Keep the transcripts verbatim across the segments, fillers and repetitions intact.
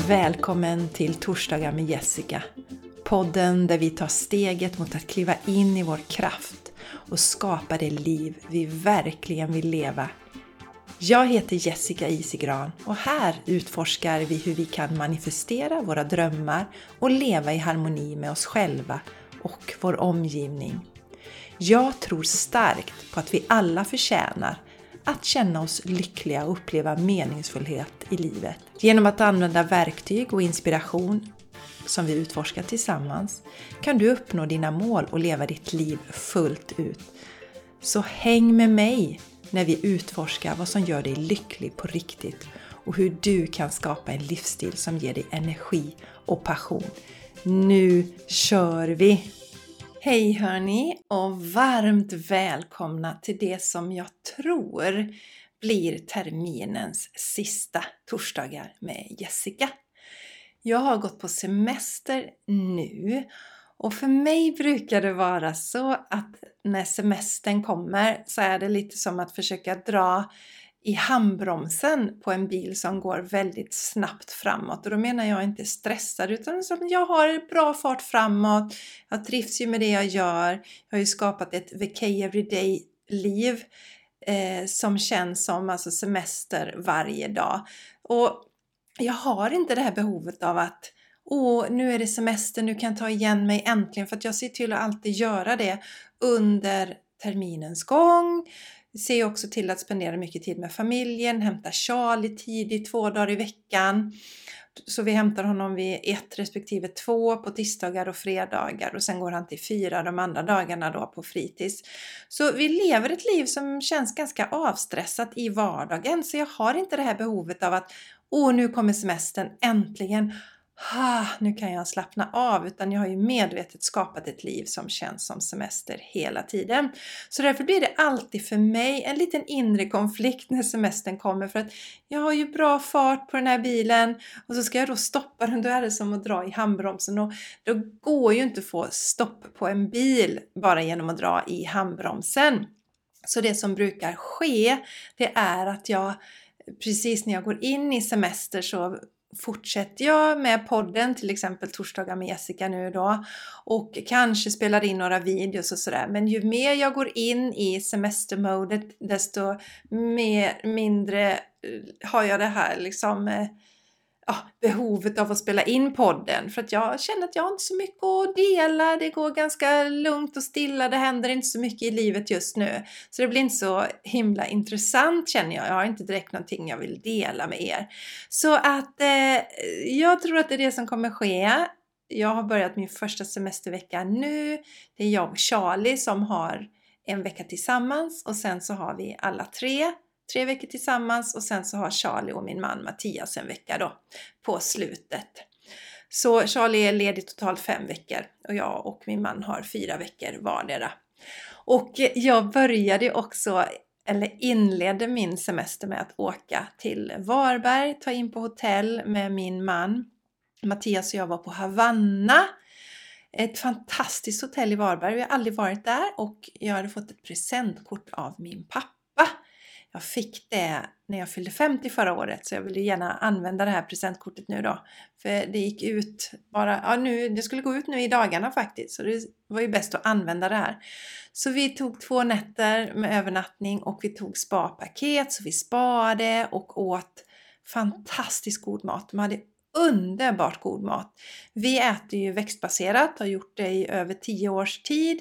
Välkommen till Torsdagar med Jessica. Podden där vi tar steget mot att kliva in i vår kraft och skapa det liv vi verkligen vill leva. Jag heter Jessica Isigran och här utforskar vi hur vi kan manifestera våra drömmar och leva i harmoni med oss själva och vår omgivning. Jag tror starkt på att vi alla förtjänar att känna oss lyckliga och uppleva meningsfullhet i livet. Genom att använda verktyg och inspiration som vi utforskar tillsammans kan du uppnå dina mål och leva ditt liv fullt ut. Så häng med mig när vi utforskar vad som gör dig lycklig på riktigt och hur du kan skapa en livsstil som ger dig energi och passion. Nu kör vi! Hej hörni och varmt välkomna till det som jag tror blir terminens sista torsdagar med Jessica. Jag har gått på semester nu och för mig brukar det vara så att när semestern kommer så är det lite som att försöka dra i handbromsen på en bil som går väldigt snabbt framåt. Och då menar jag inte stressad utan som jag har bra fart framåt. Jag trivs ju med det jag gör. Jag har ju skapat ett V K Everyday-liv eh, som känns som alltså semester varje dag. Och jag har inte det här behovet av att åh, nu är det semester, nu kan jag ta igen mig äntligen. För att jag ser till att alltid göra det under terminens gång. Ser också till att spendera mycket tid med familjen, hämta Charlie tidigt två dagar i veckan. Så vi hämtar honom vid ett respektive två på tisdagar och fredagar och sen går han till fyra de andra dagarna då på fritids. Så vi lever ett liv som känns ganska avstressat i vardagen, så jag har inte det här behovet av att åh, nu kommer semestern äntligen. Ah, nu kan jag slappna av, utan jag har ju medvetet skapat ett liv som känns som semester hela tiden. Så därför blir det alltid för mig en liten inre konflikt när semestern kommer, för att jag har ju bra fart på den här bilen och så ska jag då stoppa den, då är det som att dra i handbromsen och då går ju inte att få stopp på en bil bara genom att dra i handbromsen. Så det som brukar ske, det är att jag precis när jag går in i semester så fortsätter jag med podden, till exempel Torsdagar med Jessica nu då, och kanske spelar in några videos och sådär. Men ju mer jag går in i semestermodet, desto mer, mindre har jag det här liksom ja, behovet av att spela in podden. För att jag känner att jag har inte så mycket att dela. Det går ganska lugnt och stilla. Det händer inte så mycket i livet just nu. Så det blir inte så himla intressant, känner jag. Jag har inte direkt någonting jag vill dela med er. Så att eh, jag tror att det är det som kommer ske. Jag har börjat min första semestervecka nu. Det är jag och Charlie som har en vecka tillsammans. Och sen så har vi alla tre. Tre veckor tillsammans och sen så har Charlie och min man Mattias en vecka då på slutet. Så Charlie är ledig totalt fem veckor och jag och min man har fyra veckor vardera. Och jag började också, eller inledde min semester med att åka till Varberg, ta in på hotell med min man. Mattias och jag var på Havanna. Ett fantastiskt hotell i Varberg, vi har aldrig varit där och jag hade fått ett presentkort av min pappa. Jag fick det när jag fyllde femtio förra året, så jag ville gärna använda det här presentkortet nu då. För det gick ut bara, ja nu, det skulle gå ut nu i dagarna faktiskt, så det var ju bäst att använda det här. Så vi tog två nätter med övernattning och vi tog spa-paket, så vi spade och åt fantastiskt god mat. De hade underbart god mat. Vi äter ju växtbaserat, har gjort det i över tio års tid.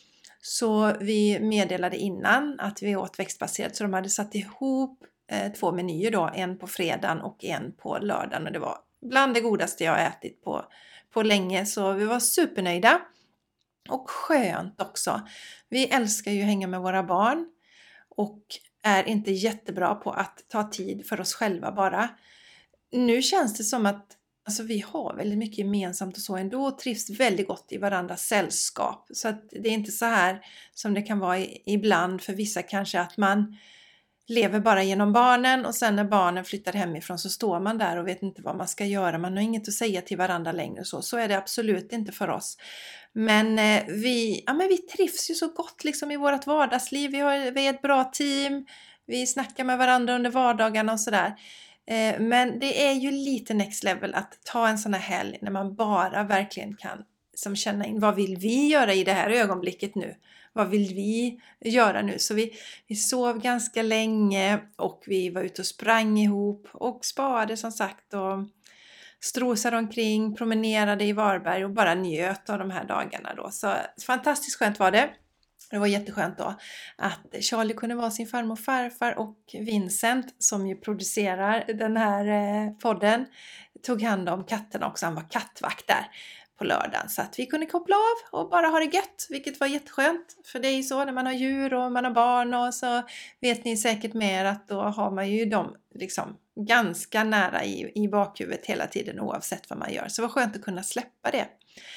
Så vi meddelade innan att vi åt växtbaserat, så de hade satt ihop eh, två menyer då, en på fredagen och en på lördagen, och det var bland det godaste jag har ätit på, på länge, så vi var supernöjda och skönt också. Vi älskar ju att hänga med våra barn och är inte jättebra på att ta tid för oss själva bara. Nu känns det som att alltså vi har väldigt mycket gemensamt och så ändå och trivs väldigt gott i varandras sällskap. Så att det är inte så här som det kan vara ibland för vissa kanske, att man lever bara genom barnen och sen när barnen flyttar hemifrån så står man där och vet inte vad man ska göra. Man har inget att säga till varandra längre. Så, så är det absolut inte för oss. Men, eh, vi, ja, men vi trivs ju så gott liksom i vårt vardagsliv. Vi, har, vi är ett bra team. Vi snackar med varandra under vardagarna och sådär. Eh, men det är ju lite next level att ta en sån här helg när man bara verkligen kan som känna in, vad vill vi göra i det här ögonblicket nu? Vad vill vi göra nu? Så vi, vi sov ganska länge och vi var ute och sprang ihop och sparade som sagt och strosade omkring, promenerade i Varberg och bara njöt av de här dagarna då. Så fantastiskt skönt var det. Det var jätteskönt då att Charlie kunde vara sin farmor och farfar och Vincent som ju producerar den här podden tog hand om katterna också. Han var kattvakt där på lördagen så att vi kunde koppla av och bara ha det gött, vilket var jätteskönt. För det är ju så när man har djur och man har barn och så vet ni säkert mer att då har man ju dem liksom ganska nära i, i bakhuvudet hela tiden oavsett vad man gör. Så det var skönt att kunna släppa det.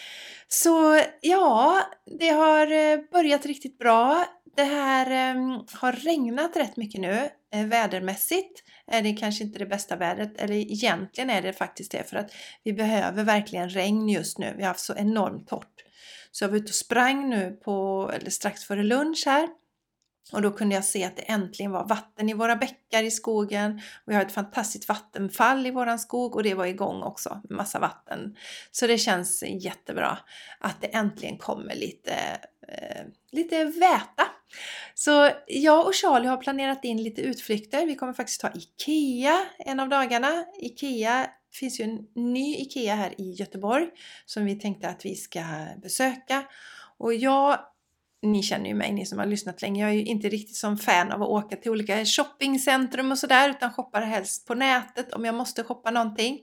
Så ja, det har börjat riktigt bra. Det här um, har regnat rätt mycket nu. Eh, vädermässigt är det kanske inte det bästa vädret. Eller egentligen är det faktiskt det. För att vi behöver verkligen regn just nu. Vi har haft så enormt torrt. Så jag var ute och sprang nu på, eller strax före lunch här. Och då kunde jag se att det äntligen var vatten i våra bäckar i skogen. Vi har ett fantastiskt vattenfall i våran skog och det var igång också med massa vatten. Så det känns jättebra att det äntligen kommer lite, eh, lite väta. Så jag och Charlie har planerat in lite utflykter. Vi kommer faktiskt ta Ikea en av dagarna. Ikea finns ju en ny Ikea här i Göteborg som vi tänkte att vi ska besöka. Och jag... Ni känner ju mig, ni som har lyssnat länge. Jag är ju inte riktigt som fan av att åka till olika shoppingcentrum och sådär. Utan shoppar helst på nätet om jag måste shoppa någonting.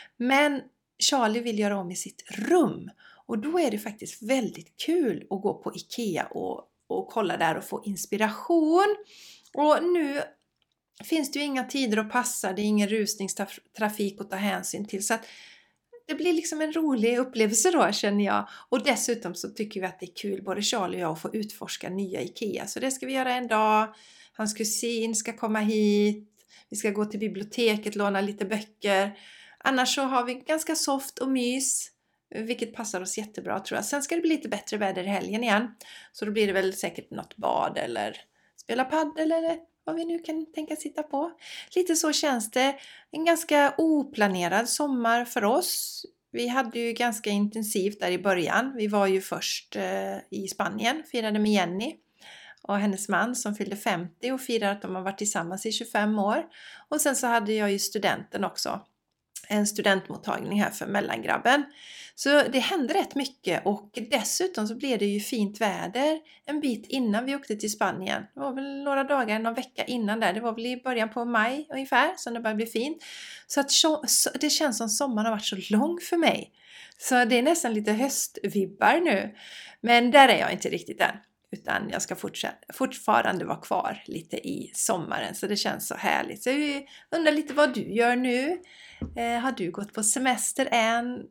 Men Charlie vill göra om i sitt rum. Och då är det faktiskt väldigt kul att gå på Ikea och, och kolla där och få inspiration. Och nu finns det ju inga tider att passa. Det är ingen rusningstrafik att ta hänsyn till. Så att det blir liksom en rolig upplevelse då känner jag. Och dessutom så tycker vi att det är kul både Charlie och jag att få utforska nya Ikea. Så det ska vi göra en dag. Hans kusin ska komma hit. Vi ska gå till biblioteket, låna lite böcker. Annars så har vi ganska soft och mys. Vilket passar oss jättebra tror jag. Sen ska det bli lite bättre väder i helgen igen. Så då blir det väl säkert något bad eller spela paddel eller vad vi nu kan tänka sitta på. Lite så känns det. En ganska oplanerad sommar för oss. Vi hade ju ganska intensivt där i början. Vi var ju först eh, i Spanien, firade med Jenny och hennes man som fyllde femtio och firade att de har varit tillsammans i tjugofem år. Och sen så hade jag ju studenten också. En studentmottagning här för mellangrabben. Så det hände rätt mycket och dessutom så blev det ju fint väder en bit innan vi åkte till Spanien. Det var väl några dagar, någon vecka innan där. Det var väl i början på maj ungefär som det började bli fint. Så att så, det känns som sommaren har varit så lång för mig. Så det är nästan lite höstvibbar nu. Men där är jag inte riktigt än. Utan jag ska fortsätta, fortfarande vara kvar lite i sommaren. Så det känns så härligt. Så jag undrar lite vad du gör nu. Eh, har du gått på semester än?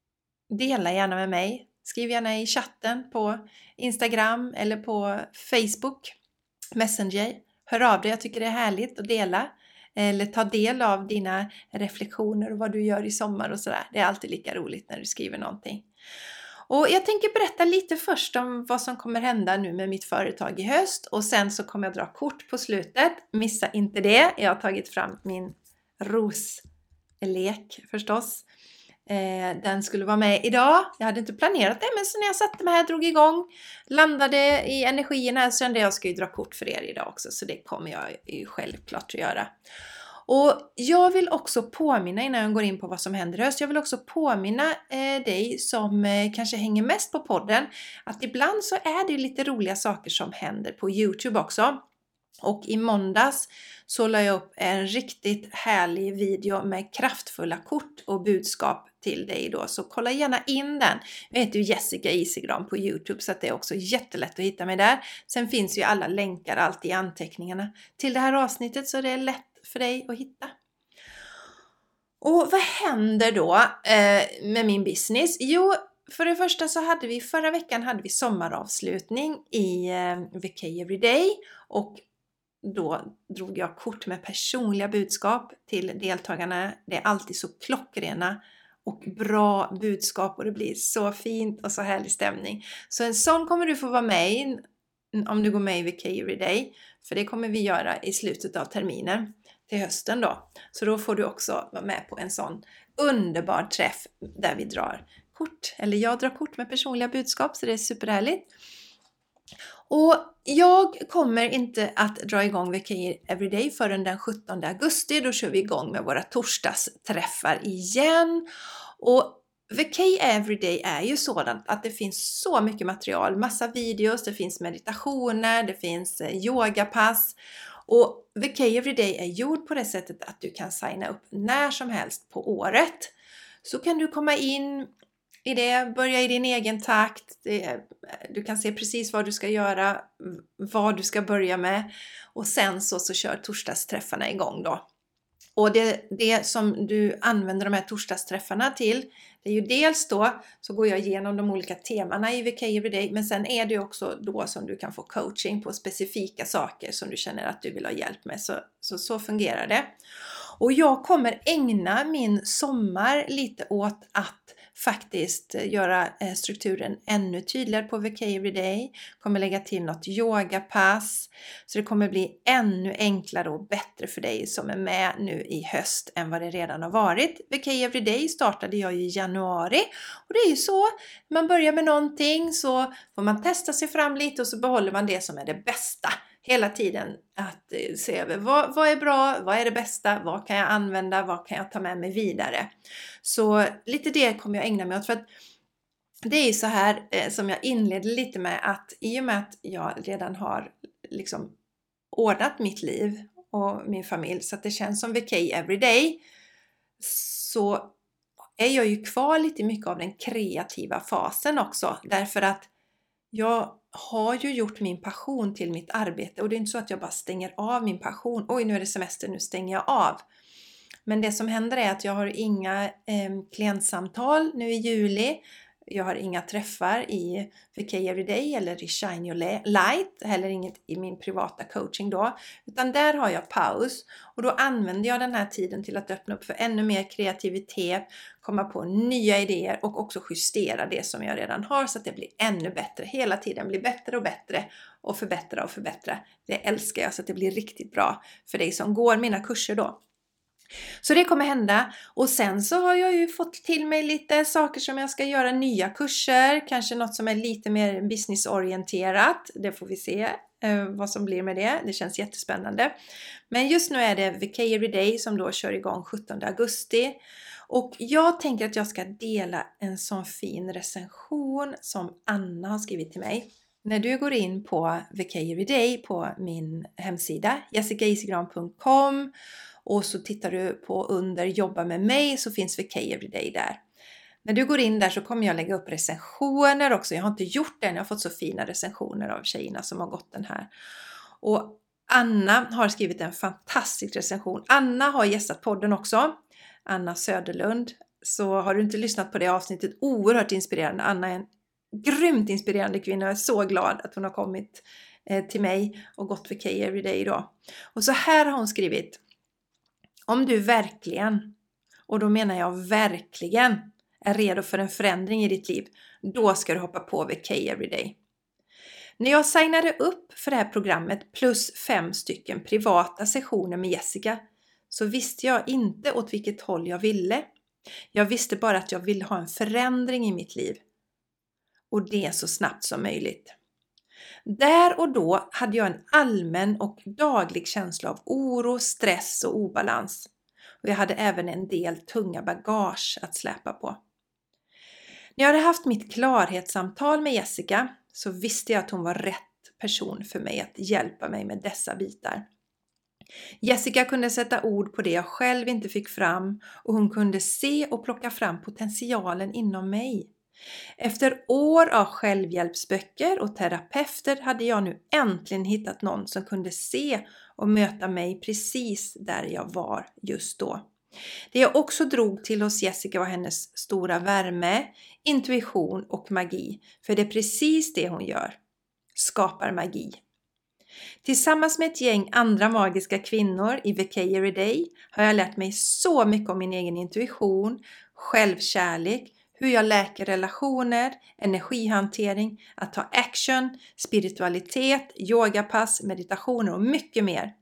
Dela gärna med mig. Skriv gärna i chatten på Instagram eller på Facebook. Messenger. Hör av dig. Jag tycker det är härligt att dela. Eller ta del av dina reflektioner och vad du gör i sommar och sådär. Det är alltid lika roligt när du skriver någonting. Och jag tänker berätta lite först om vad som kommer hända nu med mitt företag i höst. Och sen så kommer jag dra kort på slutet. Missa inte det. Jag har tagit fram min roslek förstås. Eh, den skulle vara med idag. Jag hade inte planerat det, men så när jag satte mig här, drog igång, landade i energin här, så kände jag att jag ska ju dra kort för er idag också. Så det kommer jag ju självklart att göra. Och jag vill också påminna innan jag går in på vad som händer i höst. Jag vill också påminna eh, dig som eh, kanske hänger mest på podden. Att ibland så är det lite roliga saker som händer på YouTube också. Och i måndags så la jag upp en riktigt härlig video med kraftfulla kort och budskap till dig då. Så kolla gärna in den. Jag heter ju Jessica Isigran på YouTube så att det är också jättelätt att hitta mig där. Sen finns ju alla länkar alltid i anteckningarna till det här avsnittet så det är lätt för dig att hitta. Och vad händer då eh, med min business? Jo, för det första så hade vi förra veckan hade vi sommaravslutning i eh, V K Everyday och då drog jag kort med personliga budskap till deltagarna. Det är alltid så klockrena och bra budskap och det blir så fint och så härlig stämning. Så en sån kommer du få vara med i om du går med i V K Everyday. För det kommer vi göra i slutet av terminen. till hösten då. Så då får du också vara med på en sån underbar träff där vi drar kort. Eller jag drar kort med personliga budskap, så det är superhärligt. Och jag kommer inte att dra igång V K Everyday förrän den sjuttonde augusti. Då kör vi igång med våra torsdagsträffar igen. Och V K Everyday är ju sådant att det finns så mycket material. Massa videos, det finns meditationer, det finns yogapass. Och V K Everyday är gjord på det sättet att du kan signa upp när som helst på året. Så kan du komma in i det, börja i din egen takt. Det, du kan se precis vad du ska göra, vad du ska börja med. Och sen så, så kör torsdagsträffarna igång då. Och det, det som du använder de här torsdagsträffarna till, det är ju dels då så går jag igenom de olika temana i V K Everyday, men sen är det också då som du kan få coaching på specifika saker som du känner att du vill ha hjälp med. Så, så, så fungerar det. Och jag kommer ägna min sommar lite åt att faktiskt göra strukturen ännu tydligare på V K Everyday. Kommer lägga till något yogapass. Så det kommer bli ännu enklare och bättre för dig som är med nu i höst än vad det redan har varit. V K Everyday startade jag i januari. Och det är ju så. Man börjar med någonting så får man testa sig fram lite och så behåller man det som är det bästa. Hela tiden att se över vad, vad är bra, vad är det bästa, vad kan jag använda, vad kan jag ta med mig vidare. Så lite det kommer jag ägna mig åt, för att det är så här eh, som jag inledde lite med, att i och med att jag redan har liksom ordnat mitt liv och min familj så att det känns som V K Everyday, så är jag ju kvar lite mycket av den kreativa fasen också, därför att jag har ju gjort min passion till mitt arbete, och det är inte så att jag bara stänger av min passion. Oj, nu är det semester, nu stänger jag av. Men det som händer är att jag har inga eh, klientsamtal nu i juli. Jag har inga träffar i V K Everyday eller i Shine Your Light. Heller inget i min privata coaching då. Utan där har jag paus. Och då använder jag den här tiden till att öppna upp för ännu mer kreativitet. Komma på nya idéer och också justera det som jag redan har. Så att det blir ännu bättre. Hela tiden blir bättre och bättre. Och förbättra och förbättra. Det älskar jag, så att det blir riktigt bra för dig som går mina kurser då. Så det kommer hända, och sen så har jag ju fått till mig lite saker som jag ska göra, nya kurser, kanske något som är lite mer businessorienterat. Det får vi se eh, vad som blir med det, det känns jättespännande. Men just nu är det V K Everyday som då kör igång sjuttonde augusti, och jag tänker att jag ska dela en sån fin recension som Anna har skrivit till mig. När du går in på V K Everyday på min hemsida jessica isigran punkt com och så tittar du på under jobba med mig, så finns V K Everyday där. När du går in där så kommer jag lägga upp recensioner också. Jag har inte gjort det än, jag har fått så fina recensioner av tjejerna som har gått den här. Och Anna har skrivit en fantastisk recension. Anna har gästat podden också. Anna Söderlund. Så har du inte lyssnat på det avsnittet, oerhört inspirerande. Anna är en grymt inspirerande kvinna. Jag är så glad att hon har kommit till mig och gått V K Everyday idag. Och så här har hon skrivit: om du verkligen, och då menar jag verkligen, är redo för en förändring i ditt liv, då ska du hoppa på V K Everyday. När jag signade upp för det här programmet plus fem stycken privata sessioner med Jessica, så visste jag inte åt vilket håll jag ville. Jag visste bara att jag ville ha en förändring i mitt liv. Och det så snabbt som möjligt. Där och då hade jag en allmän och daglig känsla av oro, stress och obalans. Och jag hade även en del tunga bagage att släpa på. När jag hade haft mitt klarhetssamtal med Jessica så visste jag att hon var rätt person för mig att hjälpa mig med dessa bitar. Jessica kunde sätta ord på det jag själv inte fick fram, och hon kunde se och plocka fram potentialen inom mig. Efter år av självhjälpsböcker och terapeuter hade jag nu äntligen hittat någon som kunde se och möta mig precis där jag var just då. Det jag också drog till hos Jessica var hennes stora värme, intuition och magi. För det är precis det hon gör. Skapar magi. Tillsammans med ett gäng andra magiska kvinnor i V K Everyday har jag lärt mig så mycket om min egen intuition, självkärlek, hur jag läker relationer, energihantering, att ta action, spiritualitet, yogapass, meditationer och mycket mer.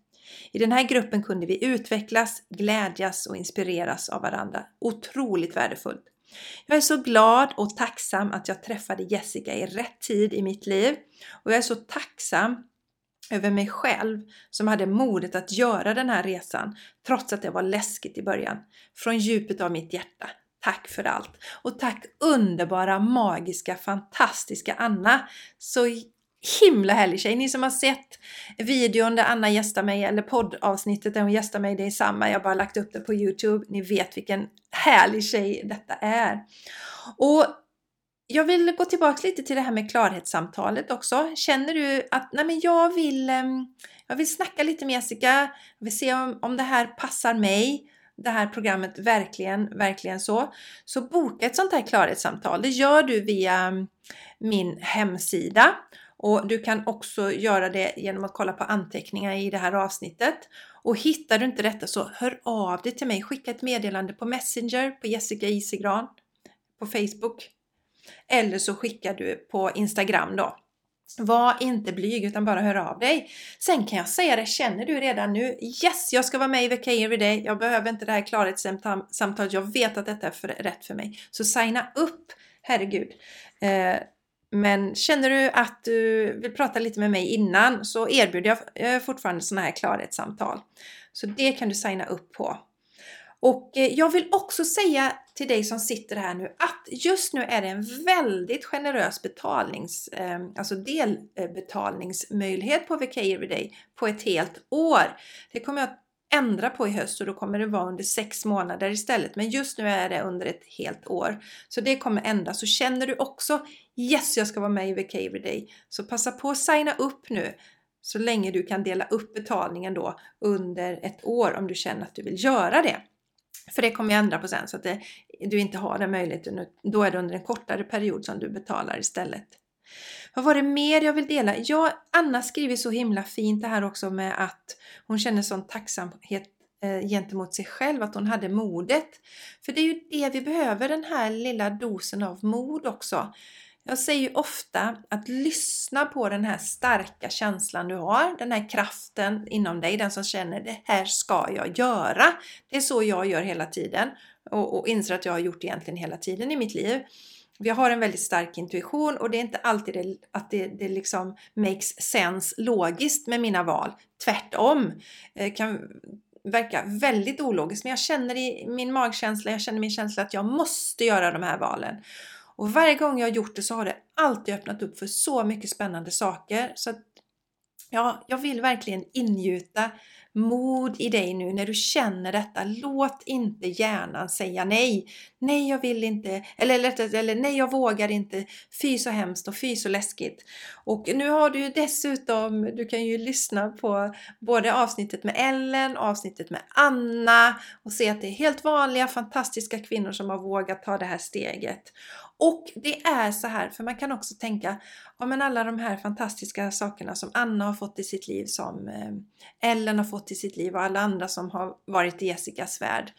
I den här gruppen kunde vi utvecklas, glädjas och inspireras av varandra. Otroligt värdefullt. Jag är så glad och tacksam att jag träffade Jessica i rätt tid i mitt liv. Och jag är så tacksam över mig själv som hade modet att göra den här resan trots att det var läskigt i början. Från djupet av mitt hjärta. Tack för allt. Och tack underbara, magiska, fantastiska Anna. Så himla härlig tjej. Ni som har sett videon där Anna gästar mig eller poddavsnittet där hon gästar mig, det är samma. Jag har bara lagt upp det på YouTube. Ni vet vilken härlig tjej detta är. Och jag vill gå tillbaka lite till det här med klarhetssamtalet också. Känner du att nej men jag vill jag vill snacka lite med Jessica. Jag vill se om, om det här passar mig. Det här programmet verkligen, verkligen så. Så boka ett sånt här klarhetssamtal. Det gör du via min hemsida. Och du kan också göra det genom att kolla på anteckningar i det här avsnittet. Och hittar du inte detta så hör av dig till mig. Skicka ett meddelande på Messenger, på Jessica Isegran, på Facebook. Eller så skickar du på Instagram då. Var inte blyg utan bara hör av dig. Sen kan jag säga det, känner du redan nu, yes, jag ska vara med i V K Everyday. Jag behöver inte det här klarhetssamtalet. Jag vet att detta är för, rätt för mig. Så signa upp, herregud. Eh, men känner du att du vill prata lite med mig innan så erbjuder jag fortfarande sådana här klarhetssamtal. Så det kan du signa upp på. Och jag vill också säga till dig som sitter här nu att just nu är det en väldigt generös betalnings, alltså delbetalningsmöjlighet på V K Everyday på ett helt år. Det kommer jag att ändra på i höst och då kommer det vara under sex månader istället. Men just nu är det under ett helt år. Så det kommer ändras. Så känner du också, yes jag ska vara med i V K Everyday. Så passa på att signa upp nu. Så länge du kan dela upp betalningen då under ett år om du känner att du vill göra det. För det kommer jag ändra på sen så att det, du inte har den möjligheten. Då är det under en kortare period som du betalar istället. Vad var det mer jag vill dela? Ja, Anna skriver så himla fint det här också med att hon känner sån tacksamhet eh, gentemot sig själv. Att hon hade modet. För det är ju det vi behöver, den här lilla dosen av mod också. Jag säger ju ofta att lyssna på den här starka känslan du har. Den här kraften inom dig. Den som känner det här ska jag göra. Det är så jag gör hela tiden. Och, och inser att jag har gjort egentligen hela tiden i mitt liv. Vi har en väldigt stark intuition. Och det är inte alltid det, att det, det liksom makes sense logiskt med mina val. Tvärtom. Det kan verka väldigt ologiskt. Men jag känner i min magkänsla. Jag känner min känsla att jag måste göra de här valen. Och varje gång jag har gjort det så har det alltid öppnat upp för så mycket spännande saker. Så att, ja, jag vill verkligen ingjuta mod i dig nu när du känner detta. Låt inte hjärnan säga nej. Nej, jag vill inte. Eller, eller, eller nej, jag vågar inte. Fy så hemskt och fy så läskigt. Och nu har du ju dessutom, du kan ju lyssna på både avsnittet med Ellen, avsnittet med Anna. Och se att det är helt vanliga, fantastiska kvinnor som har vågat ta det här steget. Och det är så här, för man kan också tänka, ja men alla de här fantastiska sakerna som Anna har fått i sitt liv, som Ellen har fått i sitt liv och alla andra som har varit i Jessicas värld.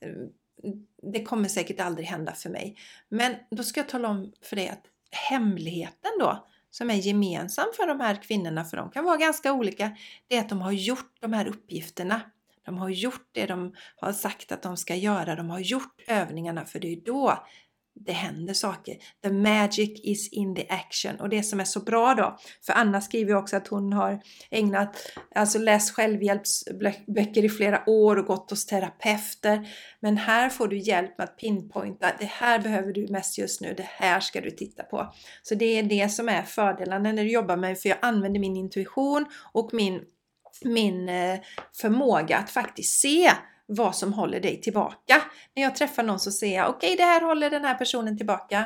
Det kommer säkert aldrig hända för mig. Men då ska jag tala om för dig att hemligheten då, som är gemensam för de här kvinnorna, för de kan vara ganska olika, det är att de har gjort de här uppgifterna. De har gjort det de har sagt att de ska göra. De har gjort övningarna, för det är då det händer saker. The magic is in the action. Och det som är så bra då. För Anna skriver också att hon har ägnat, alltså läst självhjälpsböcker i flera år och gått hos terapeuter. Men här får du hjälp med att pinpointa. Det här behöver du mest just nu. Det här ska du titta på. Så det är det som är fördelen när du jobbar med. För jag använder min intuition och min, min förmåga att faktiskt se vad som håller dig tillbaka. När jag träffar någon så säger jag, okej, okay, det här håller den här personen tillbaka.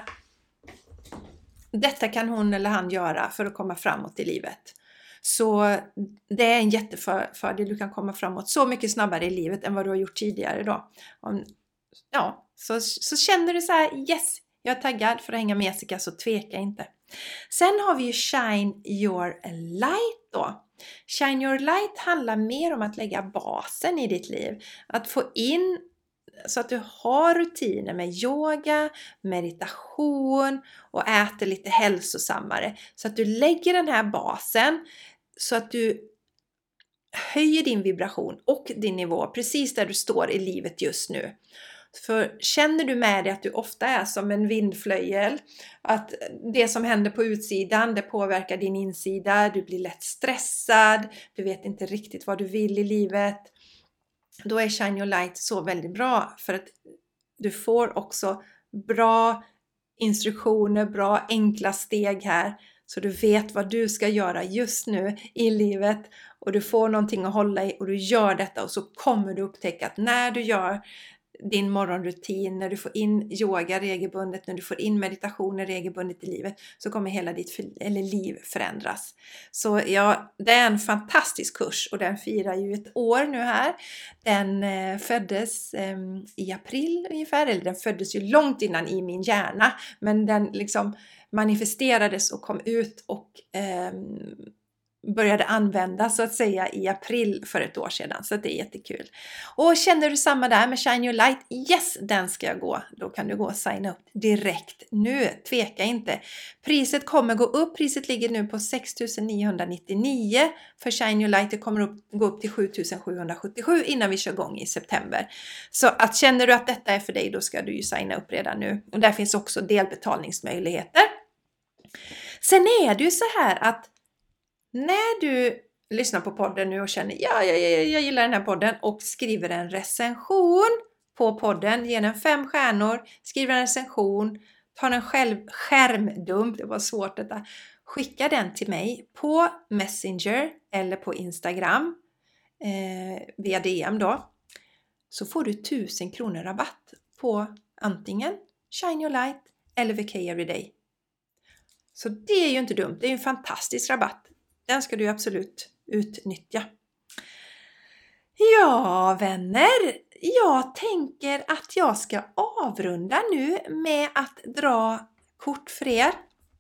Detta kan hon eller han göra för att komma framåt i livet. Så det är en jättefördel. Du kan komma framåt så mycket snabbare i livet än vad du har gjort tidigare då. Om, ja, så, så känner du så här, yes, jag är taggad för att hänga med Jessica, så tveka inte. Sen har vi ju Shine Your Light då. Shine Your Light handlar mer om att lägga basen i ditt liv. Att få in så att du har rutiner med yoga, meditation och äter lite hälsosammare. Så att du lägger den här basen så att du höjer din vibration och din nivå precis där du står i livet just nu. För känner du med dig att du ofta är som en vindflöjel, att det som händer på utsidan det påverkar din insida, du blir lätt stressad, du vet inte riktigt vad du vill i livet, då är Shine Your Light så väldigt bra, för att du får också bra instruktioner, bra enkla steg här, så du vet vad du ska göra just nu i livet och du får någonting att hålla i och du gör detta, och så kommer du upptäcka att när du gör din morgonrutin, när du får in yoga regelbundet, när du får in meditationer regelbundet i livet, så kommer hela ditt eller liv förändras. Så ja, det är en fantastisk kurs och den firar ju ett år nu här. Den eh, föddes eh, i april ungefär, eller den föddes ju långt innan i min hjärna, men den liksom manifesterades och kom ut och eh, började användas så att säga i april för ett år sedan. Så det är jättekul. Och känner du samma där med Shine Your Light? Yes, den ska jag gå. Då kan du gå och signa upp direkt nu. Tveka inte. Priset kommer gå upp. Priset ligger nu på sex tusen niohundranittionio för Shine Your Light. Det kommer upp, gå upp till sju tusen sjuhundrasjuttiosju innan vi kör igång i september. Så att känner du att detta är för dig, då ska du ju signa upp redan nu. Och där finns också delbetalningsmöjligheter. Sen är det ju så här att när du lyssnar på podden nu och känner ja, jag, jag, jag gillar den här podden och skriver en recension på podden, ger den fem stjärnor, skriver en recension, tar en själv skärmdump, det var svårt detta, skicka den till mig på Messenger eller på Instagram eh, via D M då, så får du tusen kronor rabatt på antingen Shine Your Light eller V K Everyday. Så det är ju inte dumt, det är ju en fantastisk rabatt. Den ska du absolut utnyttja. Ja, vänner. Jag tänker att jag ska avrunda nu med att dra kort för er.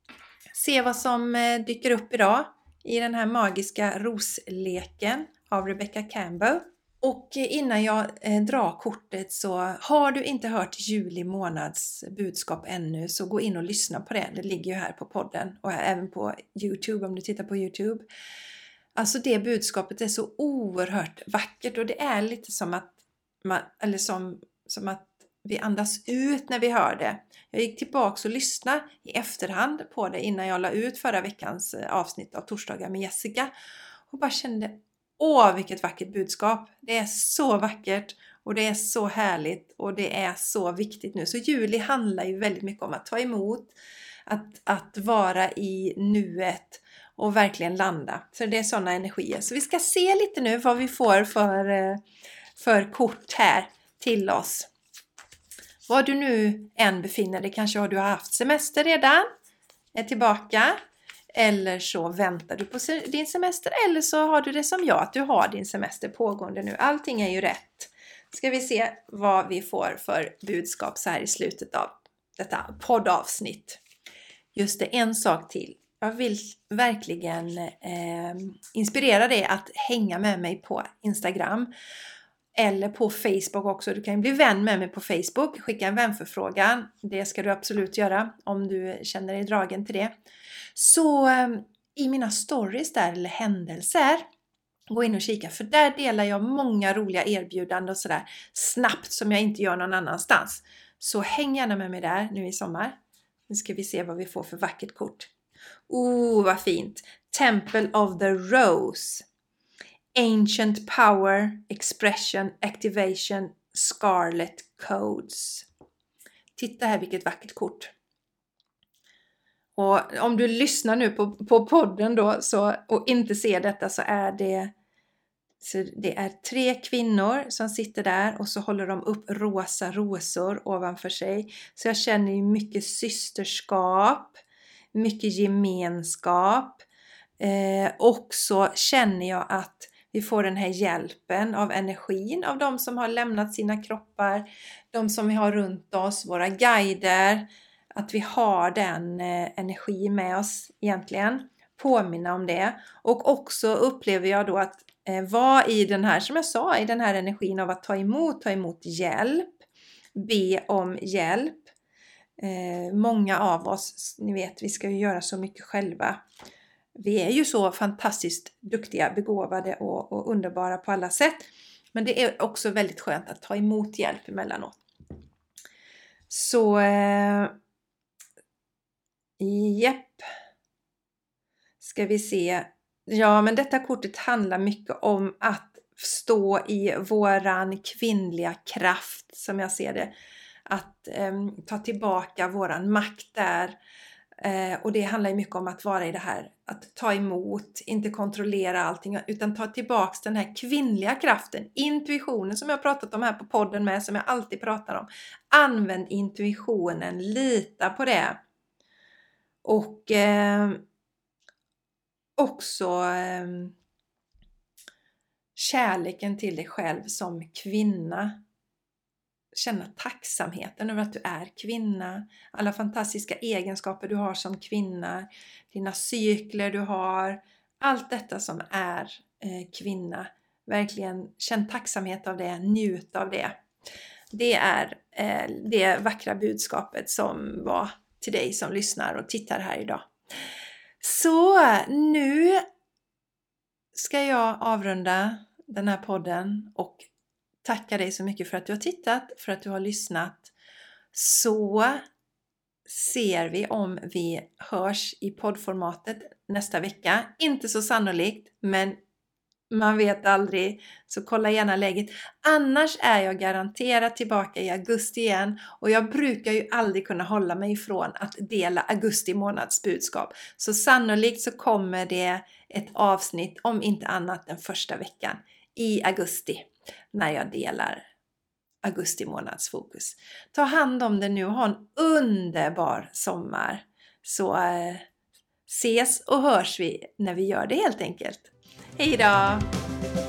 Se vad som dyker upp idag i den här magiska rosleken av Rebecca Campbell. Och innan jag drar kortet, så har du inte hört juli månads budskap ännu, så gå in och lyssna på det. Det ligger ju här på podden och även på YouTube om du tittar på YouTube. Alltså det budskapet är så oerhört vackert, och det är lite som att, man, eller som, som att vi andas ut när vi hör det. Jag gick tillbaka och lyssnade i efterhand på det innan jag la ut förra veckans avsnitt av Torsdagar med Jessica, och bara kände, åh, vilket vackert budskap. Det är så vackert och det är så härligt och det är så viktigt nu. Så juli handlar ju väldigt mycket om att ta emot, att, att vara i nuet och verkligen landa. Så det är sådana energier. Så vi ska se lite nu vad vi får för, för kort här till oss. Var du nu än befinner dig, kanske har du haft semester redan, är tillbaka. Eller så väntar du på din semester. Eller så har du det som jag, att du har din semester pågående nu. Allting är ju rätt. Ska vi se vad vi får för budskap så här i slutet av detta poddavsnitt. Just det, en sak till. Jag vill verkligen eh, inspirera dig att hänga med mig på Instagram. Eller på Facebook också. Du kan bli vän med mig på Facebook. Skicka en vänförfrågan. Det ska du absolut göra om du känner dig dragen till det. Så i mina stories där, eller händelser, gå in och kika. För där delar jag många roliga erbjudanden och sådär snabbt som jag inte gör någon annanstans. Så häng gärna med mig där nu i sommar. Nu ska vi se vad vi får för vackert kort. Oh, vad fint. Temple of the Rose. Ancient Power, Expression, Activation, Scarlet Codes. Titta här vilket vackert kort. Och om du lyssnar nu på, på podden då så, och inte ser detta, så är det, så det är tre kvinnor som sitter där och så håller de upp rosa rosor ovanför sig. Så jag känner ju mycket systerskap, mycket gemenskap. Eh, och så känner jag att vi får den här hjälpen av energin av de som har lämnat sina kroppar, de som vi har runt oss, våra guider. Att vi har den eh, energi med oss egentligen. Påminna om det. Och också upplever jag då att eh, vara i den här, som jag sa, i den här energin av att ta emot, ta emot hjälp. Be om hjälp. Eh, många av oss, ni vet, vi ska ju göra så mycket själva. Vi är ju så fantastiskt duktiga, begåvade och, och underbara på alla sätt. Men det är också väldigt skönt att ta emot hjälp emellanåt. Så, eh, jepp. Ska vi se. Ja, men detta kortet handlar mycket om att stå i våran kvinnliga kraft, som jag ser det. Att eh, ta tillbaka våran makt där. Eh, och det handlar ju mycket om att vara i det här, att ta emot, inte kontrollera allting, utan ta tillbaka den här kvinnliga kraften, intuitionen som jag har pratat om här på podden med, som jag alltid pratar om. Använd intuitionen, lita på det. Och eh, också eh, kärleken till dig själv som kvinna. Känna tacksamheten över att du är kvinna. Alla fantastiska egenskaper du har som kvinna. Dina cykler du har. Allt detta som är eh, kvinna. Verkligen känn tacksamhet av det. Njut av det. Det är eh, det vackra budskapet som var till dig som lyssnar och tittar här idag. Så nu ska jag avrunda den här podden och tacka dig så mycket för att du har tittat, för att du har lyssnat. Så ser vi om vi hörs i poddformatet nästa vecka. Inte så sannolikt, men man vet aldrig. Så kolla gärna läget. Annars är jag garanterat tillbaka i augusti igen. Och jag brukar ju aldrig kunna hålla mig ifrån att dela augusti månads budskap. Så sannolikt så kommer det ett avsnitt, om inte annat den första veckan i augusti. När jag delar augusti månads fokus. Ta hand om det nu och ha en underbar sommar. Så eh, ses och hörs vi när vi gör det helt enkelt. Hej då!